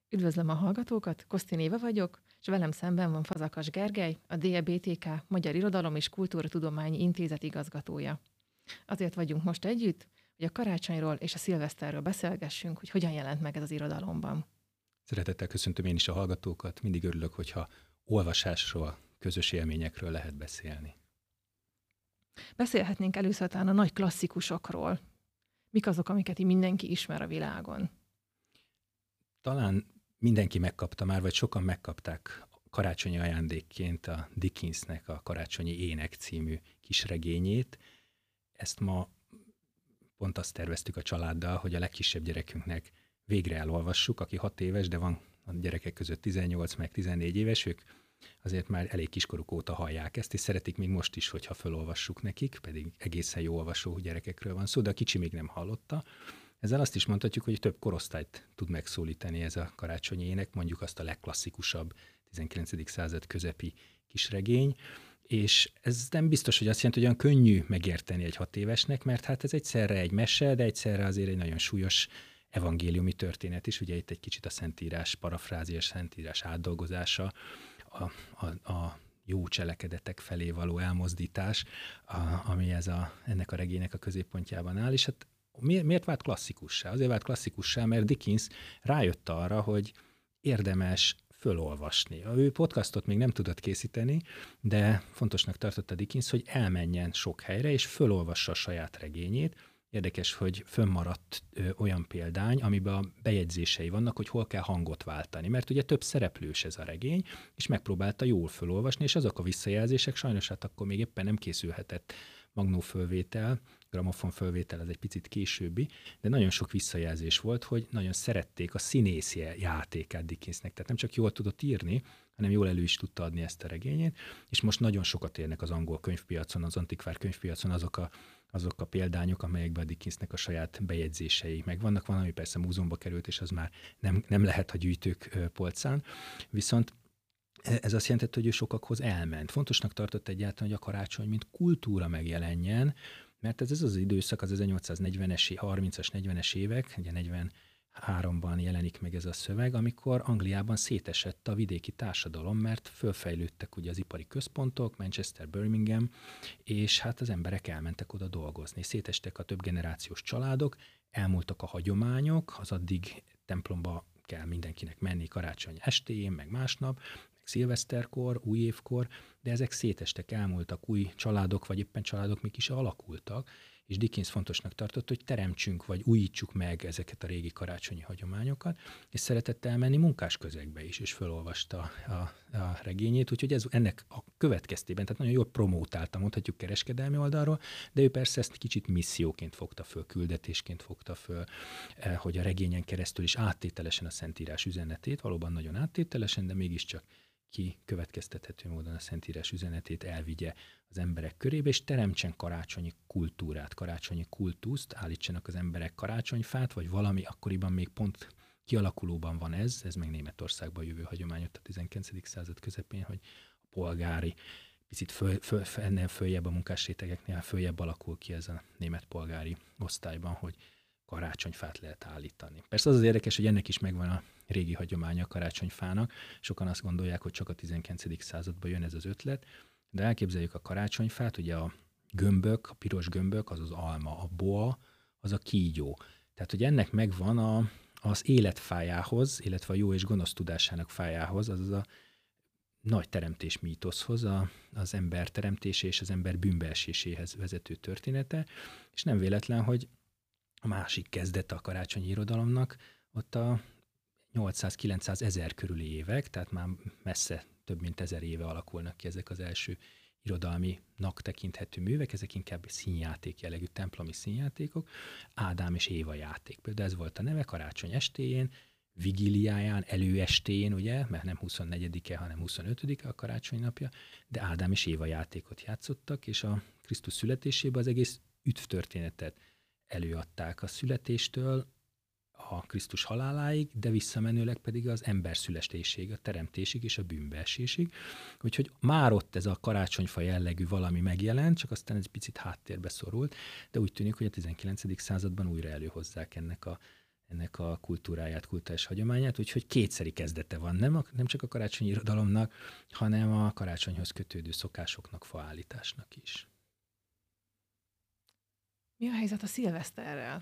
Üdvözlöm a hallgatókat, Kosztin Éva vagyok, és velem szemben van Fazakas Gergely, a DEBTK Magyar Irodalom és Kultúrtudományi Intézet igazgatója. Azért vagyunk most együtt, hogy a karácsonyról és a szilveszterről beszélgessünk, hogy hogyan jelent meg ez az irodalomban. Szeretettel köszöntöm én is a hallgatókat, mindig örülök, hogyha olvasásról, közös élményekről lehet beszélni. Beszélhetnénk először talán a nagy klasszikusokról. Mik azok, amiket így mindenki ismer a világon? Talán mindenki megkapta már, vagy sokan megkapták karácsonyi ajándékként a Dickensnek a Karácsonyi Ének című kisregényét. Ezt ma pont azt terveztük a családdal, hogy a legkisebb gyerekünknek végre elolvassuk, aki 6 éves, de van a gyerekek között 18 meg 14 éves, ők azért már elég kiskoruk óta hallják ezt, és szeretik még most is, hogyha felolvassuk nekik, pedig egészen jó olvasó gyerekekről van szó, de a kicsi még nem hallotta. Ezzel azt is mondhatjuk, hogy több korosztályt tud megszólítani ez a karácsonyi ének, mondjuk azt a legklasszikusabb 19. század közepi kisregény, és ez nem biztos, hogy azt jelenti, hogy olyan könnyű megérteni egy 6 évesnek, mert hát ez egyszerre egy mese, de egyszerre azért egy nagyon súlyos evangéliumi történet is, ugye itt egy kicsit a Szentírás parafrázis, Szentírás átdolgozása, a jó cselekedetek felé való elmozdítás, ami ennek a regénynek a középpontjában áll, és hát miért vált klasszikussá? Azért vált klasszikussá, mert Dickens rájött arra, hogy érdemes fölolvasni. Ő podcastot még nem tudott készíteni, de fontosnak tartotta Dickens, hogy elmenjen sok helyre, és fölolvassa a saját regényét. Érdekes, hogy fönnmaradt olyan példány, amiben a bejegyzései vannak, hogy hol kell hangot váltani, mert ugye több szereplős ez a regény, és megpróbálta jól fölolvasni, és azok a visszajelzések, sajnos hát akkor még éppen nem készülhetett magnófölvétel, gramofonfölvétel, ez egy picit későbbi, de nagyon sok visszajelzés volt, hogy nagyon szerették a színészi játékát Dickensnek, tehát nem csak jól tudott írni, hanem jól elő is tudta adni ezt a regényét, és most nagyon sokat érnek az angol könyvpiacon, az antikvár könyvpiacon azok a példányok, amelyekben a Dickensnek a saját bejegyzései megvannak. Van, ami persze múzeumba került, és az már nem lehet a gyűjtők polcán. Viszont ez azt jelentette, hogy ő sokakhoz elment. Fontosnak tartott egyáltalán, hogy a karácsony mint kultúra megjelenjen, mert ez az időszak, az 1840-es, 30-as, 40-es évek, ugye 43-ban jelenik meg ez a szöveg, amikor Angliában szétesett a vidéki társadalom, mert fölfejlődtek ugye az ipari központok, Manchester, Birmingham, és hát az emberek elmentek oda dolgozni. Szétestek a több generációs családok, elmúltak a hagyományok, az addig templomba kell mindenkinek menni karácsony estéjén, meg másnap, szilveszterkor, újévkor, de ezek szétestek, elmúltak, új családok, vagy éppen családok még is alakultak, és Dickens fontosnak tartott, hogy teremtsünk, vagy újítsuk meg ezeket a régi karácsonyi hagyományokat, és szeretett elmenni munkásközegbe is, és felolvasta a regényét, úgyhogy ennek a következtében, tehát nagyon jól promótálta, mondhatjuk kereskedelmi oldalról, de ő persze ezt kicsit misszióként fogta föl, küldetésként fogta föl, hogy a regényen keresztül is áttételesen a Szentírás üzenetét, valóban nagyon áttételesen, de mégiscsak következtethető módon a Szentírás üzenetét elvigye az emberek körébe, és teremtsen karácsonyi kultúrát, karácsonyi kultuszt, állítsanak az emberek karácsonyfát, vagy valami, akkoriban még pont kialakulóban van ez meg Németországban jövő hagyományot a 19. század közepén, hogy a polgári, picit ennél följebb a munkásrétegeknél följebb alakul ki ez a német polgári osztályban, hogy karácsonyfát lehet állítani. Persze az érdekes, hogy ennek is megvan a régi hagyománya a karácsonyfának. Sokan azt gondolják, hogy csak a 19. században jön ez az ötlet, de elképzeljük a karácsonyfát, ugye a gömbök, a piros gömbök, az az alma, a boa, az a kígyó. Tehát, hogy ennek megvan az életfájához, illetve a jó és gonosz tudásának fájához, azaz a nagy teremtés mítoszhoz, az ember teremtése és az ember bűnbeeséséhez vezető története, és nem véletlen, hogy a másik kezdete a karácsonyi irodalomnak, ott a 800-900 ezer körüli évek, tehát már messze több mint 1000 éve alakulnak ki ezek az első irodalminak tekinthető művek, ezek inkább színjáték jellegű templomi színjátékok, Ádám és Éva játék. Például ez volt a neve karácsony estéjén, vigíliáján, előestéjén, ugye, mert nem 24-e, hanem 25-e a karácsony napja, de Ádám és Éva játékot játszottak, és a Krisztus születésében az egész üdvtörténetet előadták a születéstől a Krisztus haláláig, de visszamenőleg pedig az ember születésig, a teremtésig és a bűnbeesésig. Úgyhogy már ott ez a karácsonyfa jellegű valami megjelent, csak aztán ez picit háttérbe szorult, de úgy tűnik, hogy a 19. században újra előhozzák ennek ennek a kultúráját, kulturális hagyományát, úgyhogy kétszeri kezdete van, nem csak a karácsonyi irodalomnak, hanem a karácsonyhoz kötődő szokásoknak, faállításnak is. Mi a helyzet a szilveszterrel?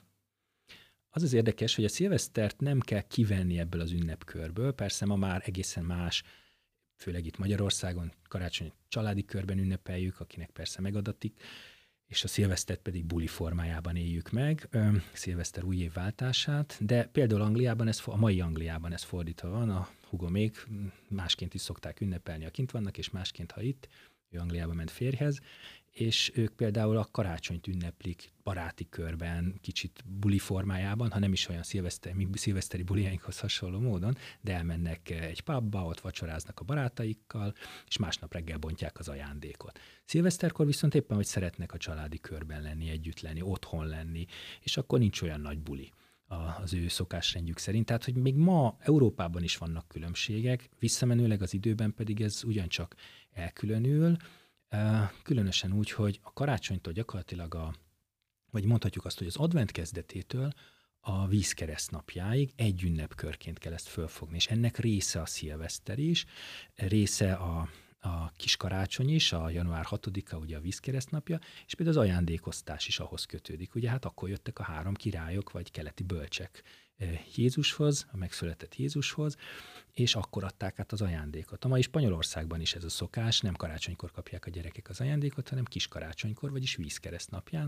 Az az érdekes, hogy a szilvesztert nem kell kivenni ebből az ünnepkörből, persze ma már egészen más, főleg itt Magyarországon karácsony családi körben ünnepeljük, akinek persze megadatik, és a szilvesztert pedig buli formájában éljük meg, szilveszter új év váltását, de például Angliában, a mai Angliában ez fordítva van, a hugomék másként is szokták ünnepelni, ha kint vannak, és másként, ha itt, ő Angliába ment férjhez, és ők például a karácsonyt ünneplik baráti körben, kicsit buli formájában, ha nem is olyan szilveszteri buliainkhoz hasonló módon, de elmennek egy pubba, ott vacsoráznak a barátaikkal, és másnap reggel bontják az ajándékot. Szilveszterkor viszont éppen, hogy szeretnek a családi körben lenni, együtt lenni, otthon lenni, és akkor nincs olyan nagy buli az ő szokásrendjük szerint. Tehát, hogy még ma Európában is vannak különbségek, visszamenőleg az időben pedig ez ugyancsak elkülönül, különösen úgy, hogy a karácsonytól gyakorlatilag vagy mondhatjuk azt, hogy az advent kezdetétől a vízkereszt napjáig egy ünnepkörként kell ezt fölfogni, és ennek része a szilveszter is, része a kis karácsony is, a január 6-a, ugye a vízkereszt napja, és például az ajándékoztás is ahhoz kötődik. Ugye hát akkor jöttek a 3 királyok, vagy keleti bölcsek Jézushoz, a megszületett Jézushoz, és akkor adták át az ajándékot. A mai Spanyolországban is ez a szokás, nem karácsonykor kapják a gyerekek az ajándékot, hanem kis karácsonykor, vagyis vízkereszt napján,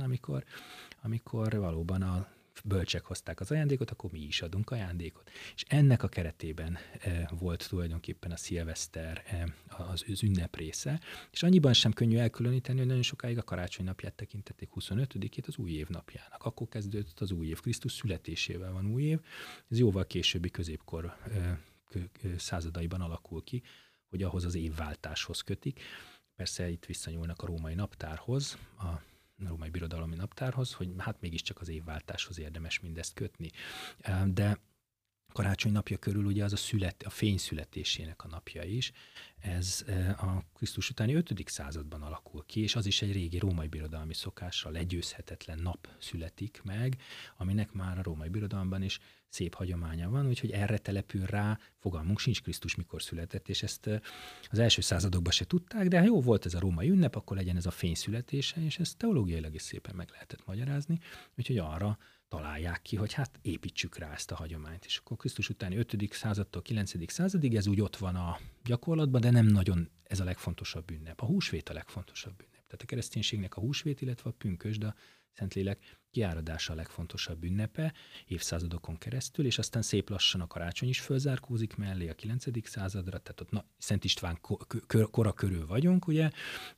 amikor valóban a bölcsek hozták az ajándékot, akkor mi is adunk ajándékot. És ennek a keretében volt tulajdonképpen a szilveszter az ünnep része, és annyiban sem könnyű elkülöníteni, hogy nagyon sokáig a karácsony napját tekintették 25-ét az új év napjának. Akkor kezdődött az új év, Krisztus születésével van új év, ez jóval későbbi középkor századaiban alakul ki, hogy ahhoz az évváltáshoz kötik. Persze itt visszanyúlnak a római naptárhoz, a római birodalmi naptárhoz, hogy hát mégiscsak az évváltáshoz érdemes mindezt kötni. De karácsony napja körül ugye az a fény születésének a napja is. Ez a Krisztus utáni 5. században alakul ki, és az is egy régi római birodalmi szokásra legyőzhetetlen nap születik meg, aminek már a római birodalomban is szép hagyománya van, úgyhogy erre települ rá, fogalmunk sincs Krisztus mikor született, és ezt az első századokban se tudták, de jó volt ez a római ünnep, akkor legyen ez a fény születése, és ezt teológiailag is szépen meg lehetett magyarázni, úgyhogy arra találják ki, hogy hát építsük rá ezt a hagyományt. És akkor Krisztus utáni 5. századtól 9. századig ez úgy ott van a gyakorlatban, de nem nagyon ez a legfontosabb ünnep. A húsvét a legfontosabb ünnep. Tehát a kereszténységnek a húsvét, illetve a pünkösd, a Szentlélek kiáradása a legfontosabb ünnepe évszázadokon keresztül, és aztán szép lassan a karácsony is fölzárkózik mellé a 9. századra, tehát ott Szent István kora körül vagyunk, ugye,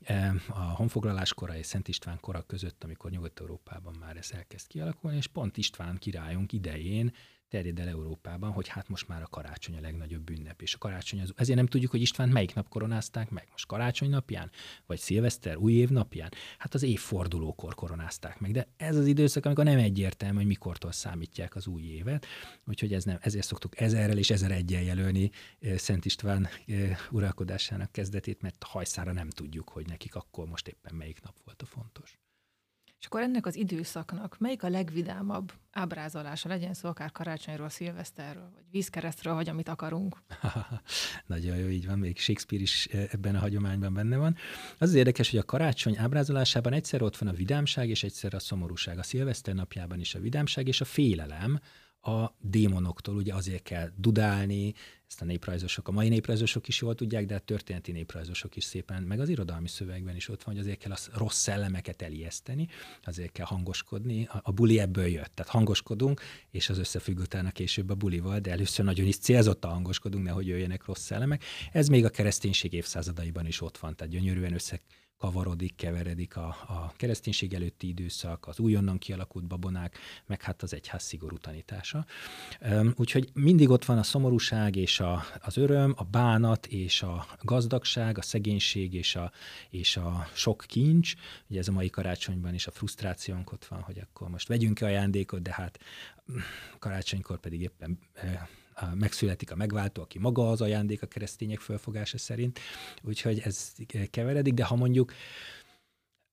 a honfoglalás kora és Szent István kora között, amikor Nyugat-Európában már ez elkezd kialakulni, és pont István királyunk idején terjed el Európában, hogy hát most már a karácsony a legnagyobb ünnep, és a karácsony ezért nem tudjuk, hogy Istvánt melyik nap koronázták meg, most karácsony napján, vagy szilveszter, új év napján, hát az évfordulókor koronázták meg, de ez az időszak, amikor nem egyértelmű, hogy mikortól számítják az új évet, úgyhogy ezért szoktuk 1000-rel és 1001-jel jelölni Szent István uralkodásának kezdetét, mert hajszára nem tudjuk, hogy nekik akkor most éppen melyik nap volt a fontos. És akkor ennek az időszaknak melyik a legvidámabb ábrázolása? Legyen szó akár karácsonyról, szilveszterről, vagy vízkeresztről, vagy amit akarunk. Nagyon jó, így van, még Shakespeare is ebben a hagyományban benne van. Az érdekes, hogy a karácsony ábrázolásában egyszer ott van a vidámság, és egyszer a szomorúság. A szilveszter napjában is a vidámság és a félelem a démonoktól, ugye azért kell dudálni, ezt a mai néprajzosok is jól tudják, de a történeti néprajzosok is szépen, meg az irodalmi szövegben is ott van, hogy azért kell a rossz szellemeket elijeszteni, azért kell hangoskodni. A buli ebből jött, tehát hangoskodunk, és az összefügg utána később a bulival, de először nagyon is célzottan hangoskodunk, nehogy jöjjenek rossz szellemek. Ez még a kereszténység évszázadaiban is ott van, tehát gyönyörűen kavarodik, keveredik a kereszténység előtti időszak, az újonnan kialakult babonák, meg hát az egyház szigorú tanítása. Úgyhogy mindig ott van a szomorúság és az öröm, a bánat és a gazdagság, a szegénység és a sok kincs. Ugye ez a mai karácsonyban is a frusztrációnk ott van, hogy akkor most vegyünk-e ajándékot, de hát karácsonykor pedig éppen megszületik a megváltó, aki maga az ajándék a keresztények fölfogása szerint, úgyhogy ez keveredik, de ha mondjuk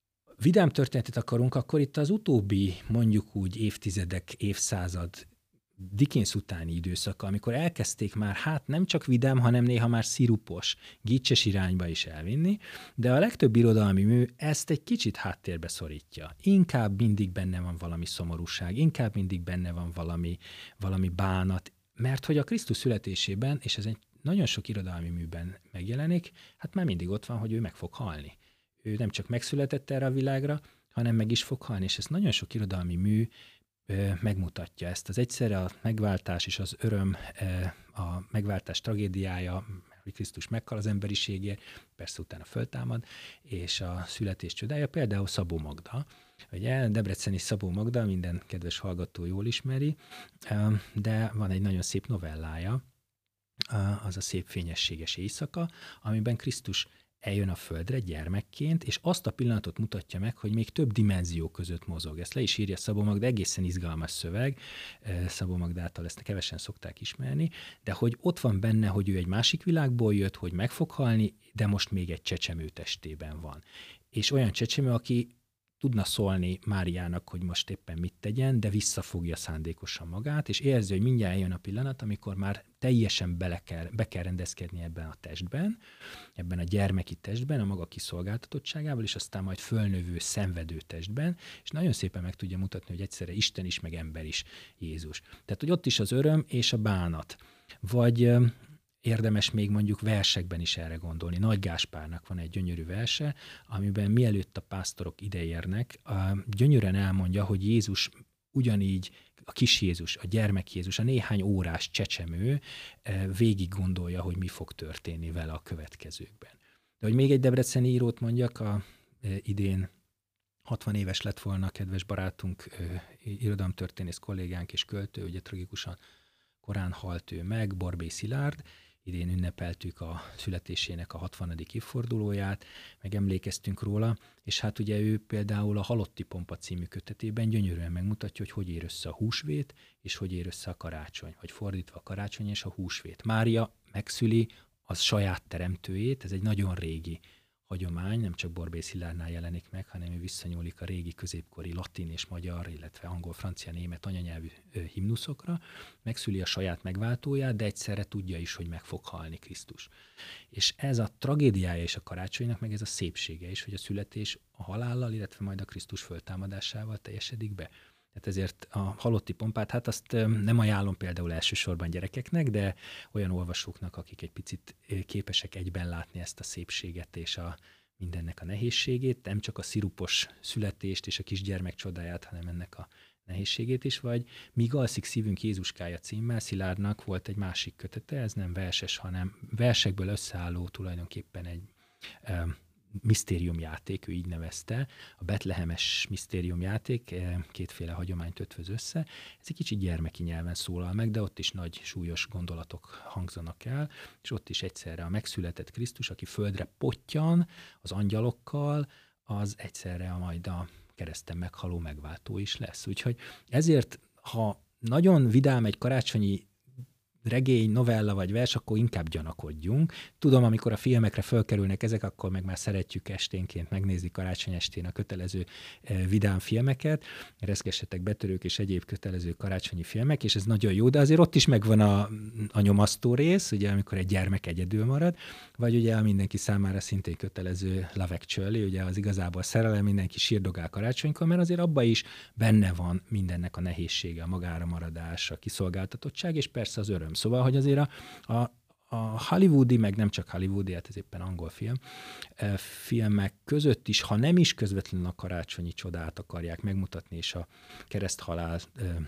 vidám történetet akarunk, akkor itt az utóbbi mondjuk úgy évtizedek, évszázad Dickens utáni időszaka, amikor elkezdték már nem csak vidám, hanem néha már szirupos, gicses irányba is elvinni, de a legtöbb irodalmi mű ezt egy kicsit háttérbe szorítja. Inkább mindig benne van valami szomorúság, inkább mindig benne van valami bánat, mert hogy a Krisztus születésében, és ez egy nagyon sok irodalmi műben megjelenik, már mindig ott van, hogy ő meg fog halni. Ő nem csak megszületett erre a világra, hanem meg is fog halni, és ez nagyon sok irodalmi mű megmutatja ezt. Az egyszerre a megváltás és az öröm, a megváltás tragédiája, hogy Krisztus meghal az emberiségért, persze utána föltámad, és a születés csodája, például Szabó Magda. Ugye debreceni Szabó Magda, minden kedves hallgató jól ismeri, de van egy nagyon szép novellája, az a szép fényességes éjszaka, amiben Krisztus eljön a földre gyermekként, és azt a pillanatot mutatja meg, hogy még több dimenzió között mozog. Ezt le is írja Szabó Magda, egészen izgalmas szöveg, Szabó Magdától ezt kevesen szokták ismerni, de hogy ott van benne, hogy ő egy másik világból jött, hogy meg fog halni, de most még egy csecsemő testében van. És olyan csecsemő, aki tudna szólni Máriának, hogy most éppen mit tegyen, de visszafogja szándékosan magát, és érzi, hogy mindjárt eljön a pillanat, amikor már teljesen be kell rendezkedni ebben a testben, ebben a gyermeki testben, a maga kiszolgáltatottságával, és aztán majd fölnövő, szenvedő testben, és nagyon szépen meg tudja mutatni, hogy egyszerre Isten is, meg ember is Jézus. Tehát, hogy ott is az öröm és a bánat. Vagy érdemes még mondjuk versekben is erre gondolni. Nagy Gáspárnak van egy gyönyörű verse, amiben mielőtt a pásztorok ideérnek, gyönyörűen elmondja, hogy Jézus ugyanígy, a kis Jézus, a gyermek Jézus, a néhány órás csecsemő végig gondolja, hogy mi fog történni vele a következőkben. De hogy még egy debreceni írót mondjak, idén 60 éves lett volna kedves barátunk, irodalomtörténész kollégánk és költő, ugye tragikusan korán halt ő meg, Borbély Szilárd. Idén ünnepeltük a születésének a 60. évfordulóját, meg emlékeztünk róla, és ugye ő például a Halotti Pompa című kötetében gyönyörűen megmutatja, hogy ér össze a húsvét, és hogy ér össze a karácsony, vagy fordítva a karácsony és a húsvét. Mária megszüli az saját teremtőjét, ez egy nagyon régi hagyomány, nem csak Borbély Szilárdnál jelenik meg, hanem ő visszanyúlik a régi középkori latin és magyar, illetve angol, francia, német anyanyelvű himnuszokra, megszüli a saját megváltóját, de egyszerre tudja is, hogy meg fog halni Krisztus. És ez a tragédiája és a karácsonynak, meg ez a szépsége is, hogy a születés a halállal, illetve majd a Krisztus föltámadásával teljesedik be. Tehát ezért a Halotti Pompát, azt nem ajánlom például elsősorban gyerekeknek, de olyan olvasóknak, akik egy picit képesek egyben látni ezt a szépséget és mindennek a nehézségét, nem csak a szirupos születést és a kisgyermek csodáját, hanem ennek a nehézségét is, vagy Míg alszik szívünk Jézuskája címmel Szilárdnak volt egy másik kötete, ez nem verses, hanem versekből összeálló tulajdonképpen egy misztériumjáték, ő így nevezte, a betlehemes misztériumjáték, kétféle hagyományt ötvöz össze. Ez egy kicsit gyermeki nyelven szólal meg, de ott is nagy, súlyos gondolatok hangzanak el, és ott is egyszerre a megszületett Krisztus, aki földre pottyan az angyalokkal, az egyszerre majd a kereszten meghaló megváltó is lesz. Úgyhogy ezért, ha nagyon vidám egy karácsonyi regény, novella vagy vers, akkor inkább gyanakodjunk. Tudom, amikor a filmekre fölkerülnek ezek, akkor meg már szeretjük esténként megnézni karácsony estén a kötelező vidám filmeket, Reszkessetek betörők és egyéb kötelező karácsonyi filmek, és ez nagyon jó, de azért ott is megvan a nyomasztó rész, ugye, amikor egy gyermek egyedül marad, vagy ugye mindenki számára szintén kötelező Love Actually, ugye az igazából szerelem, mindenki sírdogál karácsonykor, mert azért abban is benne van mindennek a nehézsége, a magára maradás, a kiszolgáltatottság, és persze az öröm. Szóval, hogy azért a hollywoodi, meg nem csak hollywoodi, hát ez éppen angol filmek között is, ha nem is közvetlenül a karácsonyi csodát akarják megmutatni, és a kereszthalál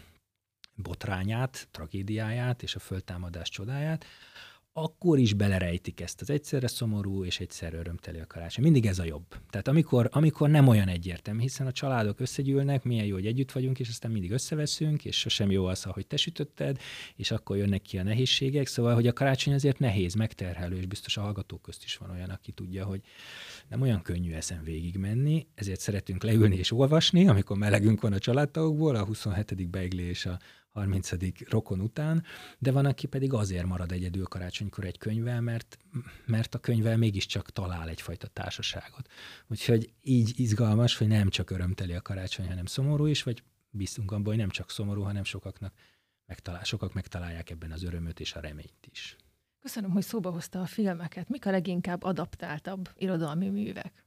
botrányát, tragédiáját, és a föltámadás csodáját, akkor is belerejtik ezt az egyszerre szomorú és egyszerre örömteli a karácsony. Mindig ez a jobb. Tehát amikor nem olyan egyértelmű, hiszen a családok összegyűlnek, milyen jó, hogy együtt vagyunk, és aztán mindig összeveszünk, és sosem jó az, ahogy te sütötted, és akkor jönnek ki a nehézségek. Szóval, hogy a karácsony azért nehéz, megterhelő, és biztos a hallgatók közt is van olyan, aki tudja, hogy nem olyan könnyű ezen végigmenni, ezért szeretünk leülni és olvasni, amikor melegünk van a családtagokból, a 27. beigli és a 30. rokon után, de van, aki pedig azért marad egyedül karácsonykor egy könyvvel, mert a könyvvel mégiscsak talál egyfajta társaságot. Úgyhogy így izgalmas, hogy nem csak örömteli a karácsony, hanem szomorú is, vagy bízunk abban, hogy nem csak szomorú, hanem sokaknak sokak megtalálják ebben az örömöt és a reményt is. Köszönöm, hogy szóba hozta a filmeket. Mik a leginkább adaptáltabb irodalmi művek?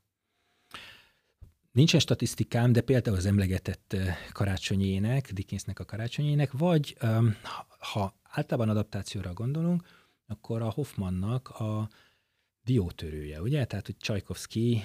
Nincsen statisztikám, de például az emlegetett Karácsonyi ének, Dickensnek a Karácsonyi ének, vagy ha általában adaptációra gondolunk, akkor a Hoffmannak a Diótörője, ugye? Tehát, hogy Csajkovszky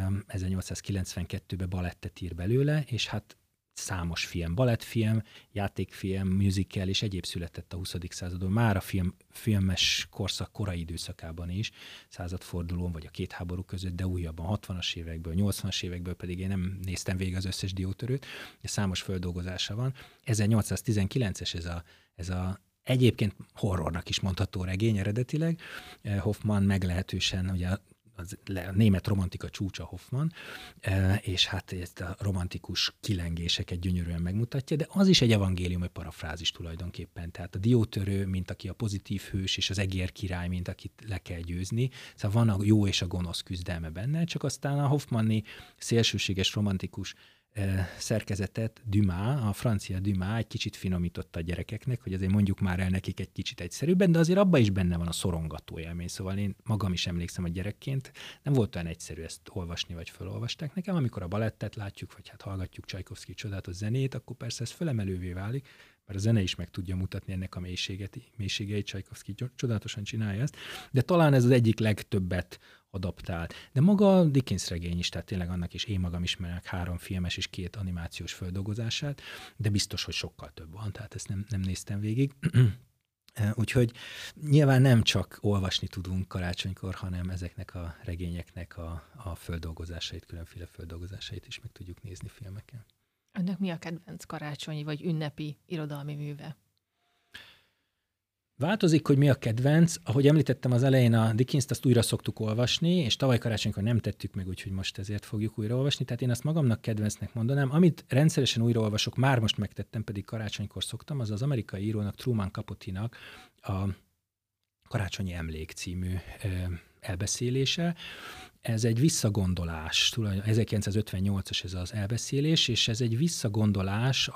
1892-ben balettet ír belőle, és hát számos film, balettfilm, játékfilm, musical és egyéb született a 20. századon. Már a filmes korszak korai időszakában is, századfordulón vagy a két háború között, de újabban 60-as évekből, 80-as évekből pedig én nem néztem végig az összes Diótörőt, de számos földolgozása van. 1819-es ez a egyébként horrornak is mondható regény eredetileg. Hoffmann meglehetősen, ugye a német romantika csúcsa Hoffmann, és hát ezt a romantikus kilengéseket gyönyörűen megmutatja, de az is egy evangélium, egy parafrázis tulajdonképpen. Tehát a Diótörő, mint aki a pozitív hős, és az egér király, mint akit le kell győzni. Szóval van a jó és a gonosz küzdelme benne, csak aztán a Hoffmanni szélsőséges romantikus szerkezetet Dumas, a francia Dumas egy kicsit finomította a gyerekeknek, hogy azért mondjuk már el nekik egy kicsit egyszerűbben, de azért abban is benne van a szorongató élmény. Szóval én magam is emlékszem, hogy gyerekként nem volt olyan egyszerű ezt olvasni, vagy felolvasták nekem. Amikor a balettet látjuk, vagy hát hallgatjuk Csajkovszky csodálatos zenét, akkor persze ez fölemelővé válik, mert a zene is meg tudja mutatni ennek a mélységeit, Csajkovszky csodálatosan csinálja ezt, de talán ez az egyik legtöbbet adaptált. De maga a Dickens regény is, tehát tényleg annak is én magam ismerek 3 filmes és 2 animációs földolgozását, de biztos, hogy sokkal több van, tehát ezt nem néztem végig. Úgyhogy nyilván nem csak olvasni tudunk karácsonykor, hanem ezeknek a regényeknek a földolgozásait, különféle földolgozásait is meg tudjuk nézni filmeken. Önnek mi a kedvenc karácsonyi vagy ünnepi irodalmi műve? Változik, hogy mi a kedvenc. Ahogy említettem az elején, a Dickenst azt újra szoktuk olvasni, és tavaly karácsonykor nem tettük meg, úgyhogy most ezért fogjuk újraolvasni. Tehát én azt magamnak kedvencnek mondanám. Amit rendszeresen újraolvasok, már most megtettem, pedig karácsonykor szoktam, az amerikai írónak, Truman Capote-nak a Karácsonyi Emlék című elbeszélése. Ez egy visszagondolás, 1958-as ez az elbeszélés, és ez egy visszagondolás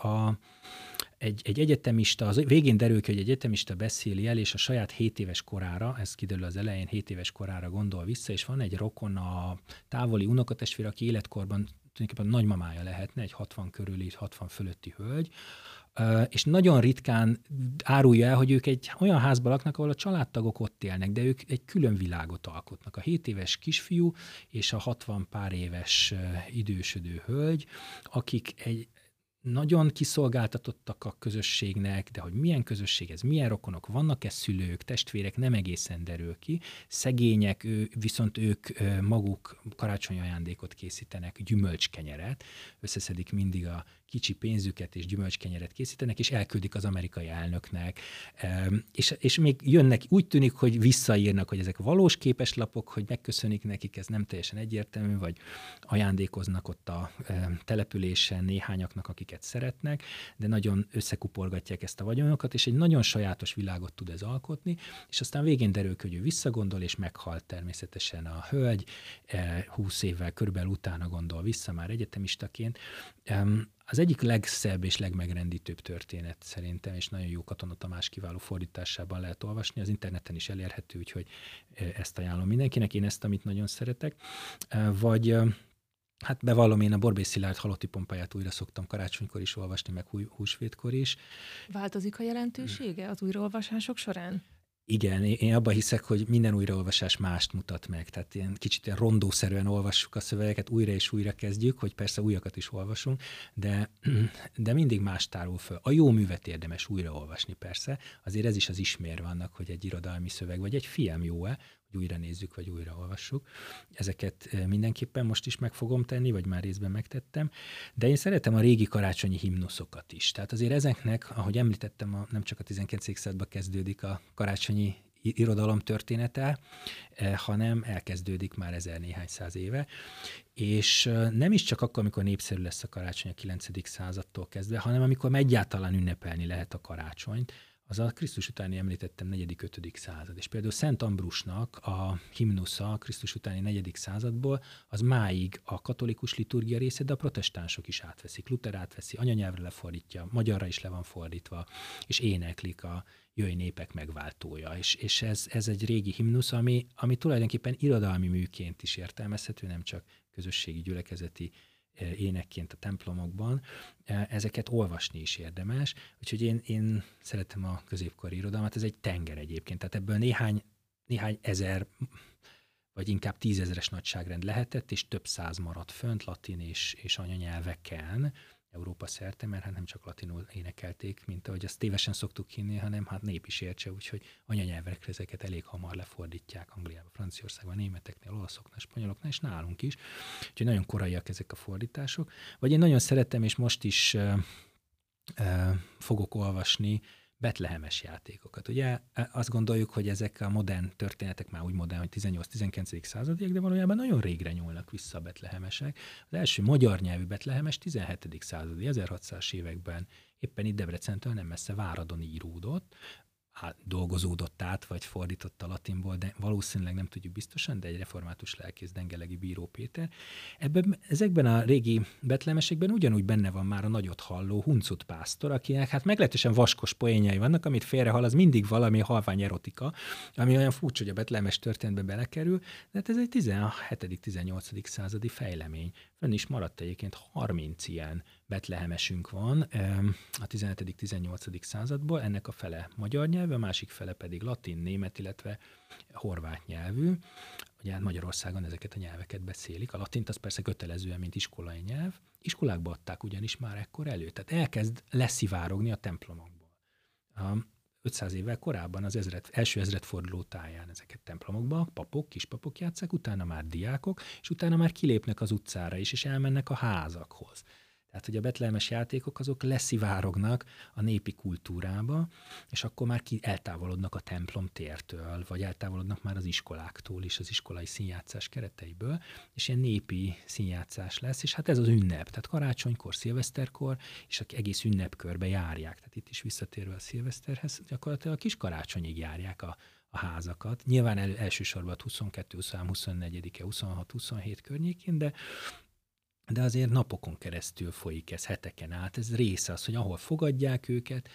egy egyetemista, az végén derül ki, hogy egy egyetemista beszéli el, és a saját 7 éves korára, ez kiderül az elején, 7 éves korára gondol vissza, és van egy rokon, a távoli unokatestvér, aki életkorban tulajdonképpen nagymamája lehetne, egy 60 körüli, 60 fölötti hölgy, és nagyon ritkán árulja el, hogy ők egy olyan házban laknak, ahol a családtagok ott élnek, de ők egy külön világot alkotnak. A 7 éves kisfiú és a 60 pár éves idősödő hölgy, akik egy nagyon kiszolgáltatottak a közösségnek, de hogy milyen közösség ez, milyen rokonok, vannak-e szülők, testvérek, nem egészen derül ki. Szegények, viszont ők maguk karácsonyi ajándékot készítenek, gyümölcskenyeret, összeszedik mindig a kicsi pénzüket, és gyümölcskenyeret készítenek, és elküldik az amerikai elnöknek. És még jönnek, úgy tűnik, hogy visszaírnak, hogy ezek valós képeslapok, hogy megköszönik nekik, ez nem teljesen egyértelmű, vagy ajándékoznak ott a településen néhányaknak, akiket szeretnek, de nagyon összekuporgatják ezt a vagyonokat, és egy nagyon sajátos világot tud ez alkotni, és aztán végén derül, hogy ő visszagondol, és meghalt természetesen a hölgy, 20 évvel körülbelül utána gondol vissza már egyetemistaként. Az egyik legszebb és legmegrendítőbb történet szerintem, és nagyon jó Katona Tamás kiváló fordításában lehet olvasni, az interneten is elérhető, úgyhogy ezt ajánlom mindenkinek, én ezt, amit nagyon szeretek. Vagy hát bevallom, én a Borbély Szilárd Halotti Pompáját újra szoktam karácsonykor is olvasni, meg húsvétkor is. Változik a jelentősége az újraolvasások során? Igen, én abban hiszek, hogy minden újraolvasás mást mutat meg. Tehát ilyen kicsit ilyen rondószerűen olvassuk a szövegeket, újra és újra kezdjük, hogy persze újakat is olvasunk, de mindig más tárul föl. A jó művet érdemes újraolvasni persze, azért ez is az ismérve annak, hogy egy irodalmi szöveg vagy egy film jó-e, hogy újra nézzük, vagy újra olvassuk. Ezeket mindenképpen most is meg fogom tenni, vagy már részben megtettem, de én szeretem a régi karácsonyi himnuszokat is. Tehát azért ezeknek, ahogy említettem, nem csak a 19. században kezdődik a karácsonyi irodalom története, hanem elkezdődik már 1000 néhány száz éve, és nem is csak akkor, amikor népszerű lesz a karácsony a 9. századtól kezdve, hanem amikor egyáltalán ünnepelni lehet a karácsonyt, az a Krisztus utáni említettem 4.-5. század. És például Szent Ambrusnak a himnusza Krisztus utáni 4. századból, az máig a katolikus liturgia része, de a protestánsok is átveszik. Luther átveszi, anyanyelvre lefordítja, magyarra is le van fordítva, és éneklik a Jöjj népek megváltója. És ez egy régi himnusz, ami tulajdonképpen irodalmi műként is értelmezhető, nem csak közösségi gyülekezeti énekként a templomokban. Ezeket olvasni is érdemes, úgyhogy én szeretem a középkori irodalmat, ez egy tenger egyébként, tehát ebből néhány ezer, vagy inkább 10 000-es nagyságrend lehetett, és több száz maradt fönt latin és anyanyelveken, Európa szerte, mert hát nem csak latinul énekelték, mint ahogy azt tévesen szoktuk hinni, hanem hát nép is értse, úgyhogy anyanyelvekre ezeket elég hamar lefordítják Angliában, Franciaországban, németeknél, olaszoknál, spanyoloknál, és nálunk is. Úgyhogy nagyon koraiak ezek a fordítások. Vagy én nagyon szeretem, és most is fogok olvasni betlehemes játékokat. Ugye azt gondoljuk, hogy ezek a modern történetek, már úgy modern, hogy 18-19. századiak, de valójában nagyon régre nyúlnak vissza a betlehemesek. Az első magyar nyelvű betlehemes 17. századi, 1600-as években éppen itt Debrecentől nem messze Váradon íródott, dolgozódott át, vagy fordított a latinból, de valószínűleg nem tudjuk biztosan, de egy református lelkész, Dengelegi Bíró Péter. Ezekben a régi betlehemesekben ugyanúgy benne van már a nagyot halló Huncut pásztor, akinek hát meglehetősen vaskos poénjai vannak, amit félrehal, az mindig valami halvány erotika, ami olyan furcsa, hogy a betlehemes történetbe belekerül, de hát ez egy 17.-18. századi fejlemény. Fönn is maradt egyébként 30 ilyen betlehemesünk van a 17.-18. századból, ennek a fele magyar nyelvű, a másik fele pedig latin, német, illetve horvát nyelvű. Ugye hát Magyarországon ezeket a nyelveket beszélik. A latint az persze kötelezően, mint iskolai nyelv. Iskolákba adták ugyanis már ekkor elő. Tehát elkezd leszivárogni a templomokból. 500 évvel korábban az első ezredforduló táján ezeket templomokba, papok, kispapok játsszák, utána már diákok, és utána már kilépnek az utcára is, és elmennek a házakhoz. Tehát, hogy a betlehemes játékok azok leszivárognak a népi kultúrába, és akkor már eltávolodnak a templom tértől, vagy eltávolodnak már az iskoláktól is, az iskolai színjátszás kereteiből, és ilyen népi színjátszás lesz, és hát ez az ünnep, tehát karácsonykor, szilveszterkor, és egész ünnepkörbe járják. Tehát itt is visszatérve a szilveszterhez, gyakorlatilag a kis karácsonyig járják a házakat. Nyilván elsősorban 22, 23, 24-e, 26, 27 környékén, de azért napokon keresztül folyik ez, heteken át. Ez része az, hogy ahol fogadják őket,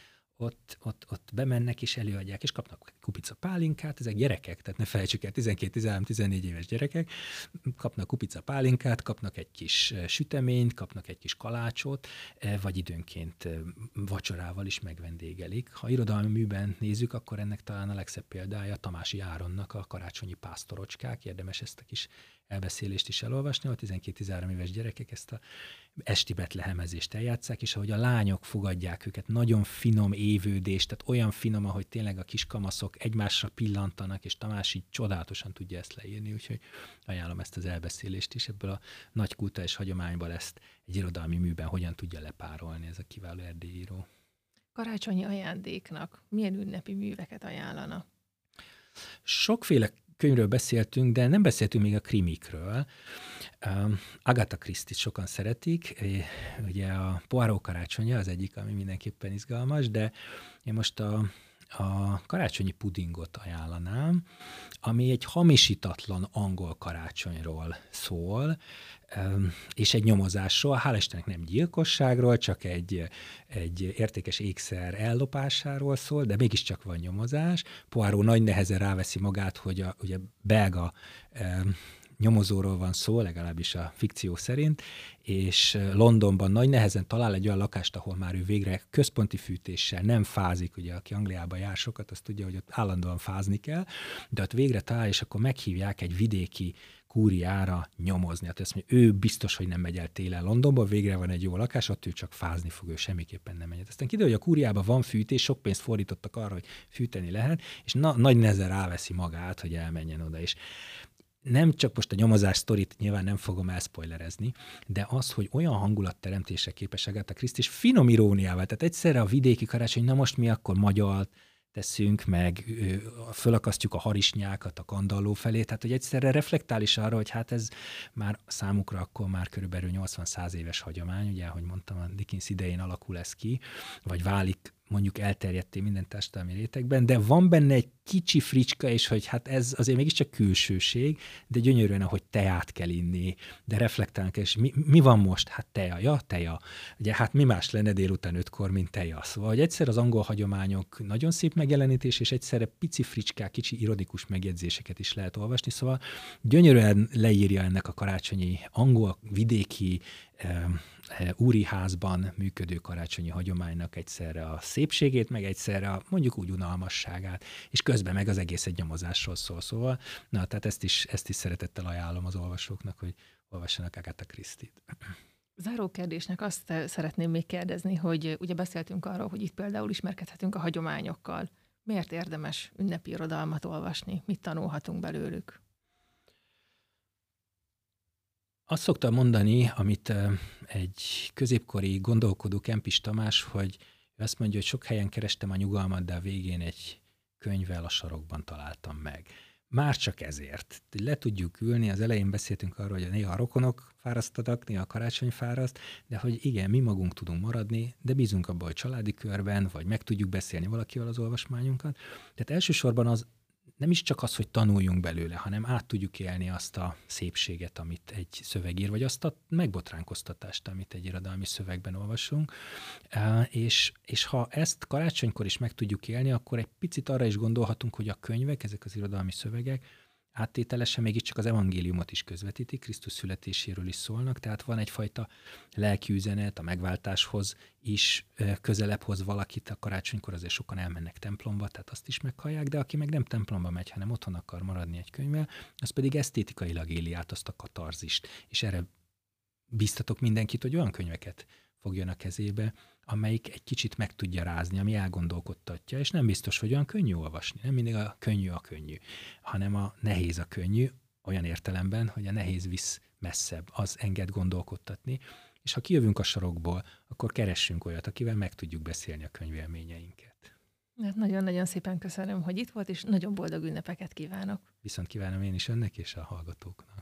ott bemennek és előadják, és kapnak kupica pálinkát, ezek gyerekek, tehát ne felejtsük el, 12, 13, 14 éves gyerekek, kapnak kupica pálinkát, kapnak egy kis süteményt, kapnak egy kis kalácsot, vagy időnként vacsorával is megvendégelik. Ha irodalmi műben nézzük, akkor ennek talán a legszebb példája Tamási Áronnak a Karácsonyi pásztorocskák, érdemes ezt a kis elbeszélést is elolvasni, a 12-13 éves gyerekek ezt a esti betlehemezést eljátszák, és ahogy a lányok fogadják őket, nagyon finom évődés, tehát olyan finom, ahogy tényleg a kis kamaszok egymásra pillantanak, és Tamás így csodálatosan tudja ezt leírni, úgyhogy ajánlom ezt az elbeszélést is, ebből a nagy kulturális hagyományból ezt egy irodalmi műben hogyan tudja lepárolni ez a kiváló erdélyi író. Karácsonyi ajándéknak milyen ünnepi műveket ajánlana? Sokféle könyvről beszéltünk, de nem beszéltünk még a krimikről. Agatha Christie-t sokan szeretik, ugye a Poirot karácsonya az egyik, ami mindenképpen izgalmas, de én most a karácsonyi pudingot ajánlanám, ami egy hamisítatlan angol karácsonyról szól, és egy nyomozásról, hál' Istennek nem gyilkosságról, csak egy értékes ékszer ellopásáról szól, de mégiscsak van nyomozás. Poirot nagy nehezen ráveszi magát, hogy ugye belga nyomozóról van szó, legalábbis a fikció szerint, és Londonban nagy nehezen talál egy olyan lakást, ahol már ő végre központi fűtéssel nem fázik, ugye aki Angliában jár sokat, azt tudja, hogy ott állandóan fázni kell, de ott végre talál, és akkor meghívják egy vidéki kúriára nyomozni. Hát azt mondja, ő biztos, hogy nem megy el télen Londonba, végre van egy jó lakás, ott ő csak fázni fog, ő semmiképpen nem megy. Aztán kiderül, hogy a kúriában van fűtés, sok pénzt fordítottak arra, hogy fűteni lehet, és nagy nehezen ráveszi magát, hogy elmenjen oda. És nem csak most a nyomozás sztorit nyilván nem fogom elspoilerezni, de az, hogy olyan hangulatteremtésre képes Agatha Christie, és finom iróniával, tehát egyszerre a vidéki karácsony, na most mi akkor magyalt teszünk, meg fölakasztjuk a harisnyákat a kandalló felé, tehát hogy egyszerre reflektál is arra, hogy hát ez már számukra akkor már körülbelül 80-100 éves hagyomány, ugye, ahogy mondtam, a Dickens idején alakul ez ki, vagy válik mondjuk elterjedté minden társadalmi rétegben, de van benne egy kicsi fricska is, hogy hát ez azért mégiscsak külsőség, de gyönyörűen, ahogy teát kell inni, de reflektálnak, és mi van most? Hát teja, ja, teja. Ugye hát mi más lenne délután 5-kor, mint teja. Szóval, hogy egyszer az angol hagyományok nagyon szép megjelenítés, és egyszerre pici fricskák, kicsi ironikus megjegyzéseket is lehet olvasni, szóval gyönyörűen leírja ennek a karácsonyi angol, vidéki, úri házban működő karácsonyi hagyománynak egyszerre a szépségét, meg egyszerre a mondjuk úgy unalmasságát, és közben meg az egész egy nyomozásról szól. Szóval, na, tehát ezt is szeretettel ajánlom az olvasóknak, hogy olvassanak Agatha Christie-t. Záró kérdésnek azt szeretném még kérdezni, hogy ugye beszéltünk arról, hogy itt például ismerkedhetünk a hagyományokkal. Miért érdemes ünnepi irodalmat olvasni? Mit tanulhatunk belőlük? Azt szoktam mondani, amit egy középkori gondolkodó Kempis Tamás, hogy ő azt mondja, hogy sok helyen kerestem a nyugalmat, de a végén egy könyvvel a sarokban találtam meg. Már csak ezért. Le tudjuk ülni, az elején beszéltünk arról, hogy néha a rokonok fárasztanak, néha a karácsony fáraszt, de hogy igen, mi magunk tudunk maradni, de bízunk abban, hogy családi körben, vagy meg tudjuk beszélni valakivel az olvasmányunkat. Tehát elsősorban az nem is csak az, hogy tanuljunk belőle, hanem át tudjuk élni azt a szépséget, amit egy szöveg ír, vagy azt a megbotránkoztatást, amit egy irodalmi szövegben olvasunk. És ha ezt karácsonykor is meg tudjuk élni, akkor egy picit arra is gondolhatunk, hogy a könyvek, ezek az irodalmi szövegek áttételesen mégiscsak az evangéliumot is közvetítik, Krisztus születéséről is szólnak, tehát van egyfajta lelki üzenet, a megváltáshoz is közelebb hoz valakit, a karácsonykor azért sokan elmennek templomba, tehát azt is meghallják, de aki meg nem templomba megy, hanem otthon akar maradni egy könyvvel, az pedig esztétikailag éli át azt a katarzist. És erre biztatok mindenkit, hogy olyan könyveket fogjon a kezébe, amelyik egy kicsit meg tudja rázni, ami elgondolkodtatja, és nem biztos, hogy olyan könnyű olvasni. Nem mindig a könnyű, hanem a nehéz a könnyű, olyan értelemben, hogy a nehéz visz messzebb, az enged gondolkodtatni, és ha kijövünk a sarokból, akkor keressünk olyat, akivel meg tudjuk beszélni a könyvélményeinket. Hát nagyon-nagyon szépen köszönöm, hogy itt volt, és nagyon boldog ünnepeket kívánok. Viszont kívánom én is önnek és a hallgatóknak.